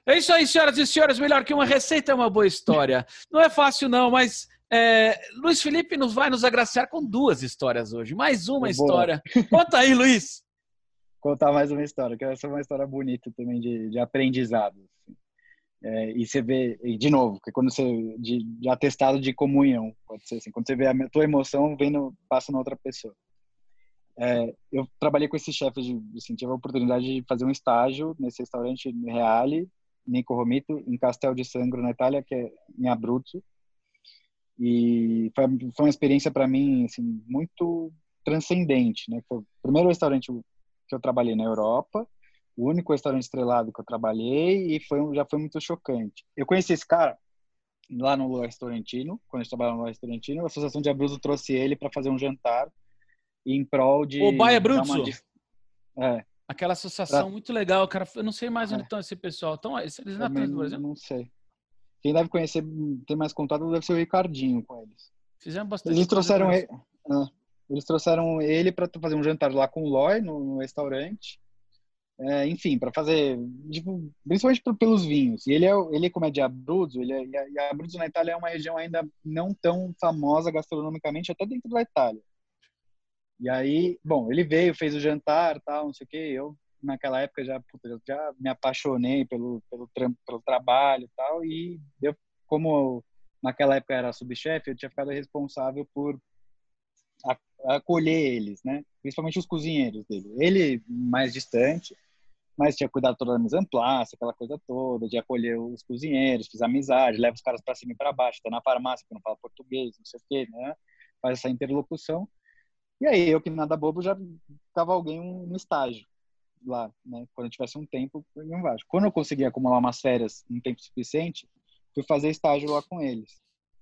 É isso aí, senhoras e senhores. Melhor que uma receita é uma boa história. Não é fácil, não, mas Luiz Felipe vai nos agraciar com 2 histórias hoje. Mais uma Boa. história. Conta aí, Luiz. Contar mais uma história, que essa é uma história bonita também de aprendizado. Assim. E você vê, e de novo, que quando você, de atestado de comunhão, pode ser assim, quando você vê a tua emoção passa na outra pessoa. Eu trabalhei com esse chefe, assim, tive a oportunidade de fazer um estágio nesse restaurante Reale, Nico Romito, em Castel di Sangro, na Itália, que é em Abruzzo. E foi uma experiência para mim assim, muito transcendente, né? Foi o primeiro restaurante que eu trabalhei na Europa, o único restaurante estrelado que eu trabalhei e já foi muito chocante. Eu conheci esse cara lá no Restaurantino, quando a gente trabalhava no Restaurantino, a Associação de Abruzzo trouxe ele para fazer um jantar em prol O de Baia dar uma... Abruzzo. É, Aquela associação muito legal, cara. Eu não sei mais onde é, estão esse pessoal. Eles não estão também no Brasil? não sei. Quem deve conhecer, tem mais contato, deve ser o Ricardinho com eles. Fizeram bastante Eles coisa com trouxeram eles. ele, eles trouxeram ele para fazer um jantar lá com o Loy no restaurante. Enfim, para fazer, tipo, principalmente pelos vinhos. E ele como é de Abruzzo, e Abruzzo na Itália é uma região ainda não tão famosa gastronomicamente, até dentro da Itália. E aí, bom, ele veio, fez o jantar, tal, não sei o quê. Eu naquela época eu já me apaixonei pelo trabalho, e tal, e como naquela época eu era subchefe, eu tinha ficado responsável por acolher eles, né? Principalmente os cozinheiros dele. Ele mais distante, mas tinha cuidado toda da mise en place, aquela coisa toda, de acolher os cozinheiros, fiz amizade, leva os caras para cima e para baixo, tá na farmácia que não fala português, não sei o quê, né? Faz essa interlocução. E aí eu que nada bobo já ficava alguém no estágio lá, né? Quando eu tivesse um tempo, eu não baixo. Quando eu consegui acumular umas férias um tempo suficiente, fui fazer estágio lá com eles.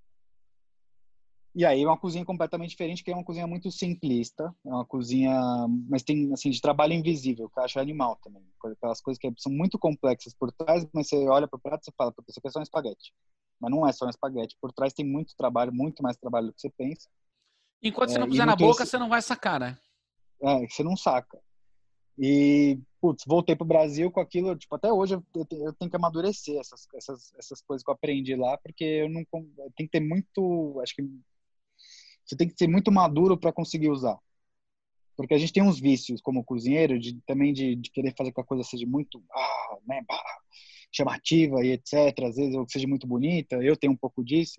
E aí uma cozinha completamente diferente, que é uma cozinha muito simplista, é uma cozinha, mas tem assim de trabalho invisível, que eu acho animal também, aquelas coisas que são muito complexas por trás, mas você olha para o prato e você fala, isso aqui é só um espaguete. Mas não é só um espaguete, por trás tem muito trabalho, muito mais trabalho do que você pensa. Enquanto você não E puser na muito boca, você não vai sacar, né? que você não saca. E, putz, voltei pro Brasil com aquilo, tipo, até hoje eu tenho que amadurecer essas coisas que eu aprendi lá, porque eu não tem que ter muito, acho que você tem que ser muito maduro para conseguir usar. Porque a gente tem uns vícios como cozinheiro, também de querer fazer que a coisa seja muito, né, chamativa e etc. Às vezes, ou que seja muito bonita. Eu tenho um pouco disso.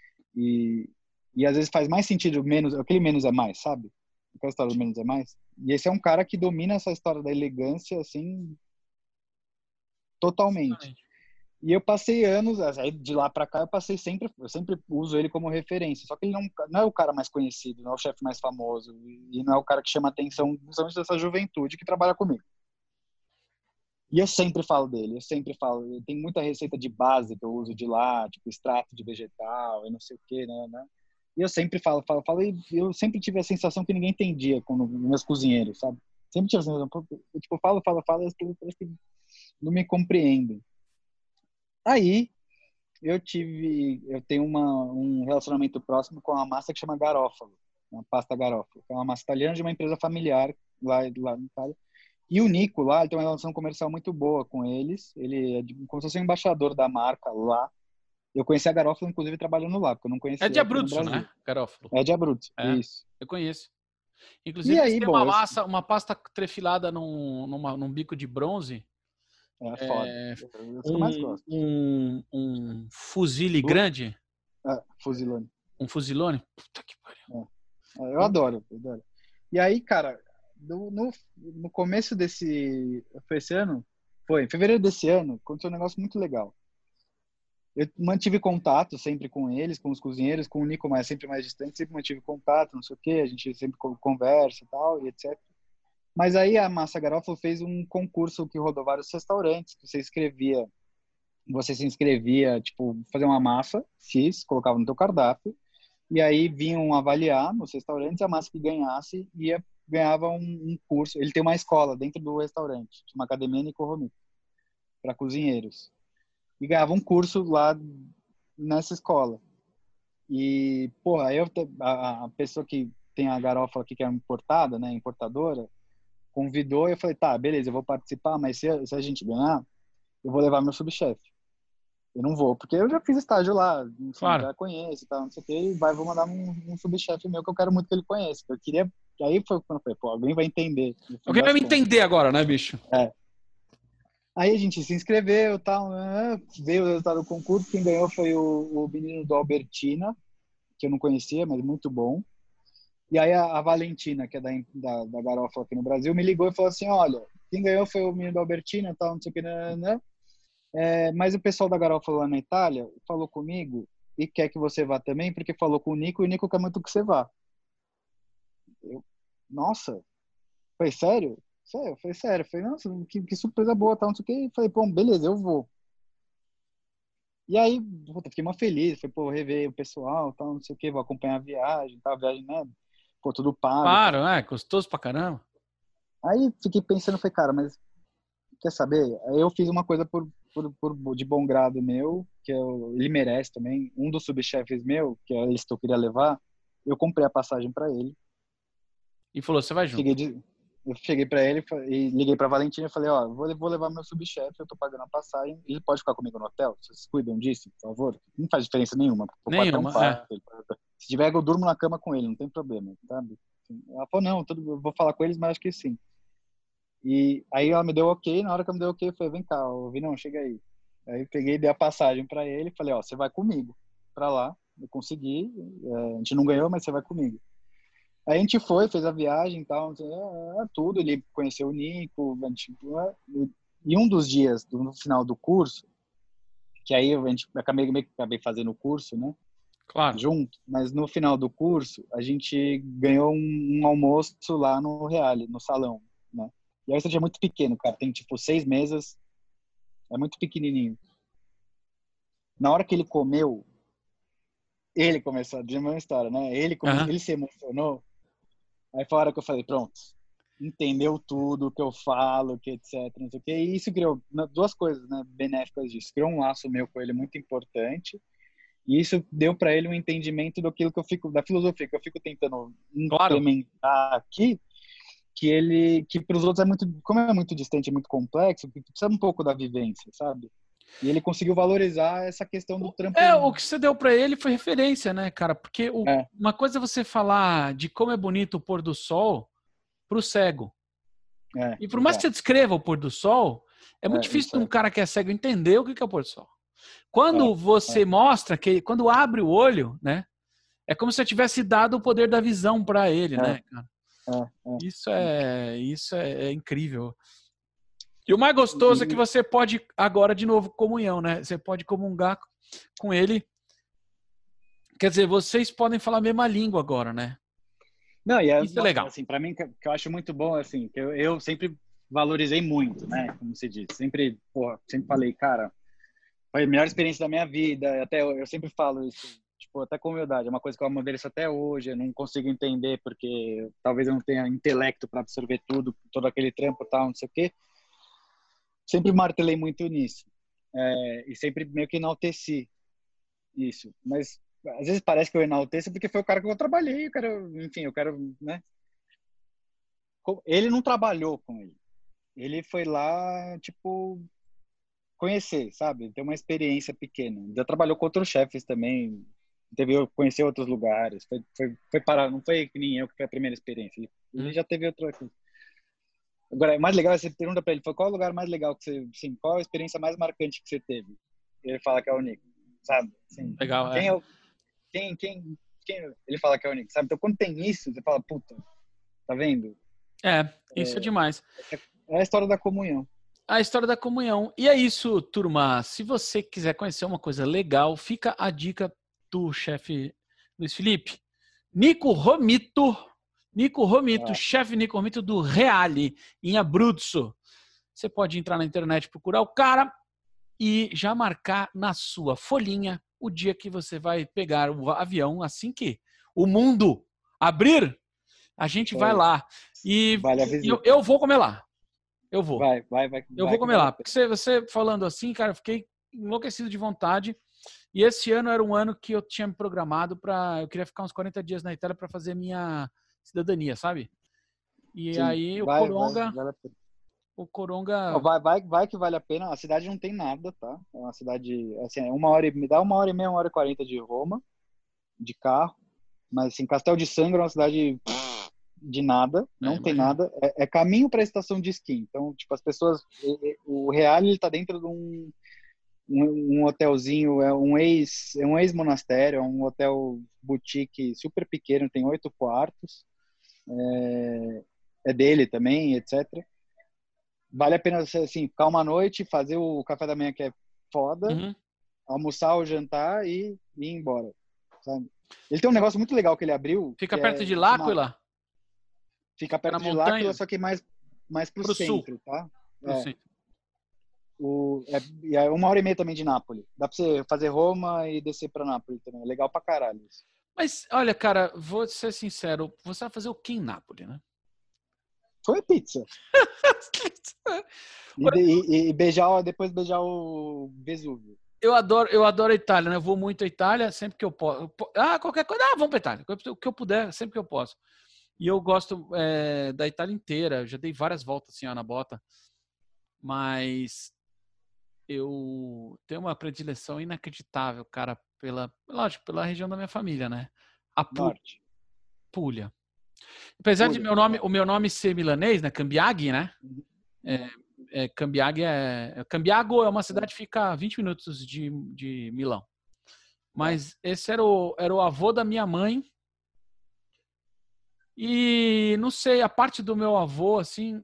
E às vezes faz mais sentido menos, aquele menos é mais, sabe? Aquela história do menos é mais. E esse é um cara que domina essa história da elegância, assim, totalmente. Exatamente. E eu passei anos, aí de lá para cá eu sempre uso ele como referência. Só que ele não é o cara mais conhecido, não é o chefe mais famoso e não é o cara que chama atenção, principalmente dessa juventude que trabalha comigo. E eu sempre falo dele, eu sempre falo. Tem muita receita de base que eu uso de lá, tipo extrato de vegetal e não sei o quê, né? E eu sempre falo, e eu sempre tive a sensação que ninguém entendia com meus cozinheiros, sabe? Sempre tive a sensação, eu, tipo, falo, e as pessoas parece que não me compreendem. Aí, eu tenho um relacionamento próximo com uma massa que chama garofalo, uma pasta garofalo, que é uma massa italiana de uma empresa familiar lá na Itália. E o Nico lá, ele tem uma relação comercial muito boa com eles. Ele é como se fosse um embaixador da marca lá. Eu conheci a Garofalo, inclusive, trabalhando lá, porque eu não É de conhecia aqui no Abruzzo, né? Brasil. Garofalo. É de Abruzzo, É, isso. eu conheço. E Inclusive, eles aí, têm bom, uma pasta trefilada num bico de bronze. é foda. É isso que eu mais Um, gosto. um fuzile Blu, grande. Fuzilone. Um fuzilone. Puta que pariu. Eu adoro, eu adoro. E aí, cara, no começo foi esse ano? Foi, em fevereiro desse ano, aconteceu um negócio muito legal. Eu mantive contato sempre com eles, com os cozinheiros, com o Nico, mas sempre mais distante, sempre mantive contato, não sei o quê, a gente sempre conversa e tal, e etc. Mas aí a Massa Garofalo fez um concurso que rodou vários restaurantes, que você se inscrevia, tipo, fazer uma massa X, colocava no teu cardápio, e aí vinham avaliar nos restaurantes, a massa que ganhasse ganhava um curso. Ele tem uma escola dentro do restaurante, uma academia Nico Romito, para cozinheiros. E ganhava um curso lá nessa escola. E, porra, a pessoa que tem a garofa aqui, que é importada, né, importadora, convidou e eu falei, tá, beleza, eu vou participar, mas se a gente ganhar, eu vou levar meu subchefe. Eu não vou, porque eu já fiz estágio lá, enfim, Claro. já conheço e tal, não sei o que, e vou mandar um subchefe meu que eu quero muito que ele conheça. Eu queria, aí foi quando eu falei, pô, alguém vai entender, no fim Alguém vai das me contas. entender agora, né, bicho? É. Aí a gente se inscreveu e tal, veio o resultado do concurso, quem ganhou foi o menino do Albertina, que eu não conhecia, mas muito bom. E aí a Valentina, que é da Garofalo aqui no Brasil, me ligou e falou assim, olha, quem ganhou foi o menino do Albertina e tal, não sei o que, né? Mas o pessoal da Garofalo lá na Itália falou comigo e quer que você vá também, porque falou com o Nico e o Nico quer muito que você vá. Eu, nossa, foi sério? Sério, foi sério. Falei, nossa, que surpresa boa, tal, não sei o que. Falei, pô, beleza, eu vou. E aí, puta, fiquei mó feliz. Falei, pô, rever o pessoal, tal, não sei o que, vou acompanhar a viagem, tal, a viagem, né? Pô, tudo pago, Claro, tal. gostoso pra caramba. Aí fiquei pensando, falei, cara, mas quer saber? Aí eu fiz uma coisa de bom grado meu, ele merece também. Um dos subchefes meu, que é esse que eu queria levar, eu comprei a passagem para ele. E falou, você vai junto. Cheguei eu cheguei para ele e liguei para Valentina e falei, ó, vou levar meu subchefe, eu tô pagando a passagem, ele pode ficar comigo no hotel? Vocês cuidam disso, por favor? Não faz diferença nenhuma, o quarto é um Nenhuma, quarto. Se tiver, eu durmo na cama com ele, não tem problema, sabe? Ela falou, não, eu vou falar com eles, mas acho que sim. E aí ela me deu ok, na hora que ela me deu ok, eu falei, vem cá, não, chega aí. Aí eu peguei, dei a passagem para ele e falei, ó, você vai comigo para lá, eu consegui, a gente não ganhou, mas você vai comigo. Aí a gente foi, fez a viagem e tal, tudo, ele conheceu o Nico, a gente, e um dos dias, no final do curso, que aí acabei fazendo o curso, né, claro. junto, mas no final do curso, a gente ganhou um almoço lá no Reale, no salão, né. E aí você é muito pequeno, cara, tem tipo 6 mesas, é muito pequenininho. Na hora que ele comeu, ele começou a dizer uma história, né, Aham. ele se emocionou, aí foi a hora que eu falei, pronto, entendeu tudo que eu falo, que etc, não sei o quê. E isso criou duas coisas, né, benéficas disso. Criou um laço meu com ele muito importante, e isso deu para ele um entendimento daquilo que eu fico, da filosofia que eu fico tentando Claro. implementar aqui, que para os outros é muito, como é muito distante, é muito complexo, que precisa um pouco da vivência, sabe? E ele conseguiu valorizar essa questão do trampo. O que você deu pra ele foi referência, né, cara? Porque É, uma coisa é você falar de como é bonito o pôr do sol pro cego. E por mais que exato. você descreva o pôr do sol, é muito difícil Isso de um cara que é cego entender o que é o pôr do sol. Quando é, você mostra que, quando abre o olho, né, é como se você tivesse dado o poder da visão para ele, é, né, cara? é. Isso é incrível. E o mais gostoso é que E, você pode agora de novo comunhão, né? Você pode comungar com ele. Quer dizer, vocês podem falar a mesma língua agora, né? não, Isso é legal. assim, para mim, que eu acho muito bom, assim, que eu sempre valorizei muito, né, como se diz, sempre, porra, sempre falei, cara, foi a melhor experiência da minha vida, até eu sempre falo isso, tipo, até com humildade, é uma coisa que eu amadureço até hoje, eu não consigo entender, porque talvez eu não tenha intelecto para absorver tudo, todo aquele trampo e tal, não sei o quê, sempre martelei muito nisso, e sempre meio que enalteci isso, mas às vezes parece que eu enalteço porque foi o cara que eu trabalhei, enfim, eu quero, né, ele não trabalhou com ele. Ele foi lá, tipo, conhecer, sabe? Ter uma experiência pequena. Já trabalhou com outros chefes também. Teve conhecer outros lugares. Foi parar, não foi que nem eu que foi a primeira experiência. Ele Hum. já teve outra. Agora, é mais legal, você pergunta pra ele, qual é o lugar mais legal que você, assim, qual a experiência mais marcante que você teve? Ele fala que é o Nico, sabe? Assim, Legal, quem é o, quem ele fala que é o Nico, sabe? Então, quando tem isso, você fala, puta, tá vendo? Isso é demais. É a história da comunhão. A história da comunhão. E é isso, turma. Se você quiser conhecer uma coisa legal, fica a dica do chefe Luiz Felipe. Nico Romito. Nico Romito, Ah, chefe Nico Romito do Reale, em Abruzzo. Você pode entrar na internet, procurar o cara e já marcar na sua folhinha o dia que você vai pegar o avião. Assim que o mundo abrir, a gente isso vai aí. lá. E Vale a eu, visita. eu vou comer lá. Eu vou. Eu vou Vai que comer vale a lá. pena. Porque você falando assim, cara, eu fiquei enlouquecido de vontade. E esse ano era um ano que eu tinha me programado para. Eu queria ficar uns 40 dias na Itália para fazer minha cidadania, sabe? E Sim, aí o vai, Coronga vale a pena. o Coronga... Vai que vale a pena. A cidade não tem nada, tá? É uma cidade, assim, me dá 1h30, 1h40 de Roma, de carro. Mas, assim, Castel de Sangro é uma cidade de nada, não tem imagina. nada. É caminho para a estação de esqui. Então, tipo, as pessoas... O Reale, ele tá dentro de um hotelzinho, é um ex-monastério, é um hotel boutique super pequeno, tem 8 quartos. É dele também, etc. Vale a pena, assim, ficar uma noite, fazer o café da manhã que é foda, Uhum. almoçar ou jantar e ir embora, sabe? Ele tem um negócio muito legal que ele abriu, Fica que perto de L'Aquila? fica Fica na perto de L'Aquila, montanha? só que mais pro Pro sul. centro, tá? Pro centro. E é 1h30 também de Nápoles. Dá pra você fazer Roma e descer pra Nápoles também. É legal pra caralho isso. Mas, olha, cara, vou ser sincero. Você vai fazer o que em Nápoles, né? Foi pizza. E depois beijar o Vesúvio. Eu adoro a Itália, né? Eu vou muito à Itália sempre que eu posso. Qualquer coisa. Vamos pra Itália. O que eu puder, sempre que eu posso. E eu gosto da Itália inteira. Eu já dei várias voltas assim, ó, na bota. Mas eu tenho uma predileção inacreditável, cara, lógico, pela região da minha família, né? A Norte. Puglia. Apesar de o meu nome ser milanês, né? Cambiaghi, né? Cambiago é uma cidade que fica a 20 minutos de Milão. Mas esse era o avô da minha mãe. E não sei, a parte do meu avô, assim,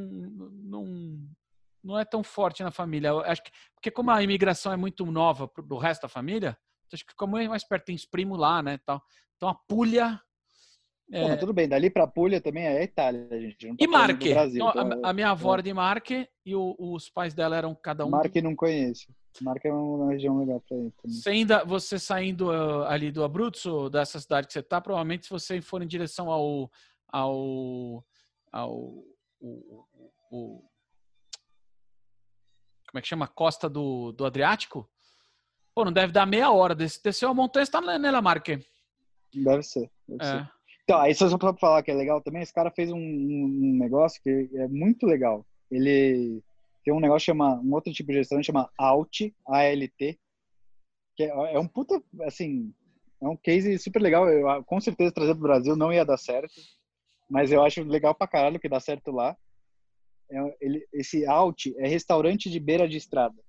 não é tão forte na família. Eu acho que, porque como a imigração é muito nova do resto da família, acho que como é mais perto, tem os primos lá, né? Tal. Então a Puglia... Mas tudo bem, dali pra Puglia também é Itália, gente. Não tá E falando do Marche. Brasil. Então, a minha avó era de Marche e os pais dela eram cada um... Marche não conheço. Marche é uma região legal pra ir também. Você saindo ali do Abruzzo, dessa cidade que você está, provavelmente se você for em direção como é que chama? Costa do Adriático? Pô, não deve dar meia hora. Desceu a montanha, está nela, Marche. Deve ser. Então, aí só pra falar que é legal também, esse cara fez um negócio que é muito legal. Ele tem um negócio um outro tipo de restaurante chama Alt, A-L-T, que é um puta, assim, é um case super legal. Eu, com certeza trazer pro Brasil não ia dar certo, mas eu acho legal pra caralho que dá certo lá. Esse Alt é restaurante de beira de estrada.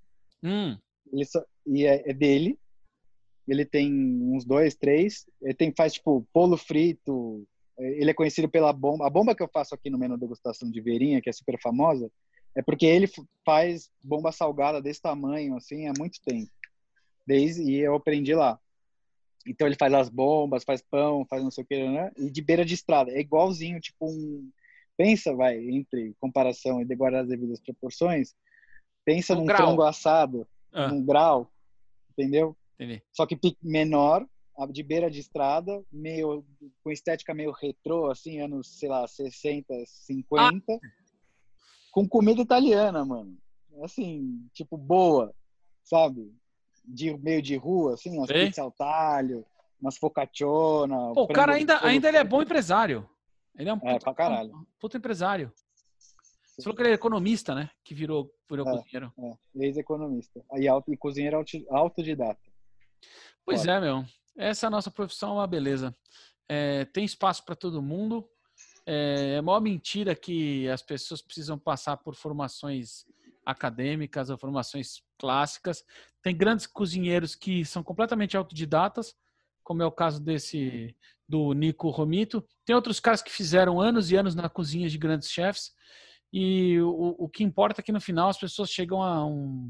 E é dele. Ele tem uns 2, 3. Ele faz tipo polo frito. Ele é conhecido pela bomba. A bomba que eu faço aqui no menu degustação de Verinha, que é super famosa, é porque ele faz bomba salgada desse tamanho assim há muito tempo. E eu aprendi lá. Então ele faz as bombas, faz pão, faz não sei o que, né? E de beira de estrada. É igualzinho, tipo pensa, entre comparação e de guardar as devidas proporções, pensa num frango assado, num grau, entendeu? Entendi. Só que menor, de beira de estrada, meio com estética meio retrô, assim, anos, sei lá, 60, 50, com comida italiana, mano. Assim, tipo, boa, sabe? Meio de rua, assim, umas pizzas ao talho, umas focacciona. Pô, o cara ainda ele é bom empresário. Ele é um pra caralho. Puta empresário. Você falou que ele é economista, né? Que virou cozinheiro. Ex-economista. E cozinheiro autodidata. Pois é, meu. Essa é a nossa profissão, é uma beleza. Tem espaço para todo mundo. É a maior mentira que as pessoas precisam passar por formações acadêmicas ou formações clássicas. Tem grandes cozinheiros que são completamente autodidatas, como é o caso do Nico Romito. Tem outros caras que fizeram anos e anos na cozinha de grandes chefs. E o que importa é que no final as pessoas chegam a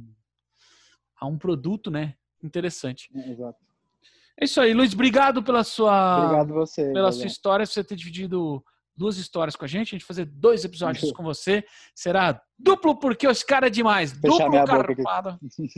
um produto, né, interessante. Exato. É isso aí, Luiz. Obrigado pela sua história, por você ter dividido 2 histórias com a gente fazer 2 episódios com você. Será duplo porque os caras é demais. Duplo carpado.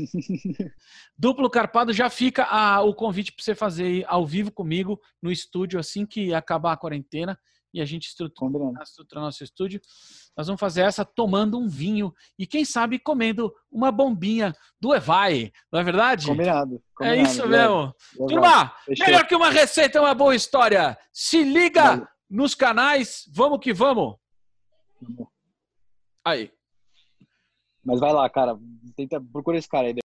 Duplo carpado. Já fica o convite para você fazer ao vivo comigo no estúdio assim que acabar a quarentena e a gente estrutura nosso estúdio. Nós vamos fazer essa tomando um vinho e quem sabe comendo uma bombinha do Evai. Não é verdade? Combinado. É isso mesmo. Turma, melhor que uma receita é uma boa história. Se liga nos canais. Vamos que vamos. Aí. Mas vai lá, cara. Tenta, procura esse cara aí.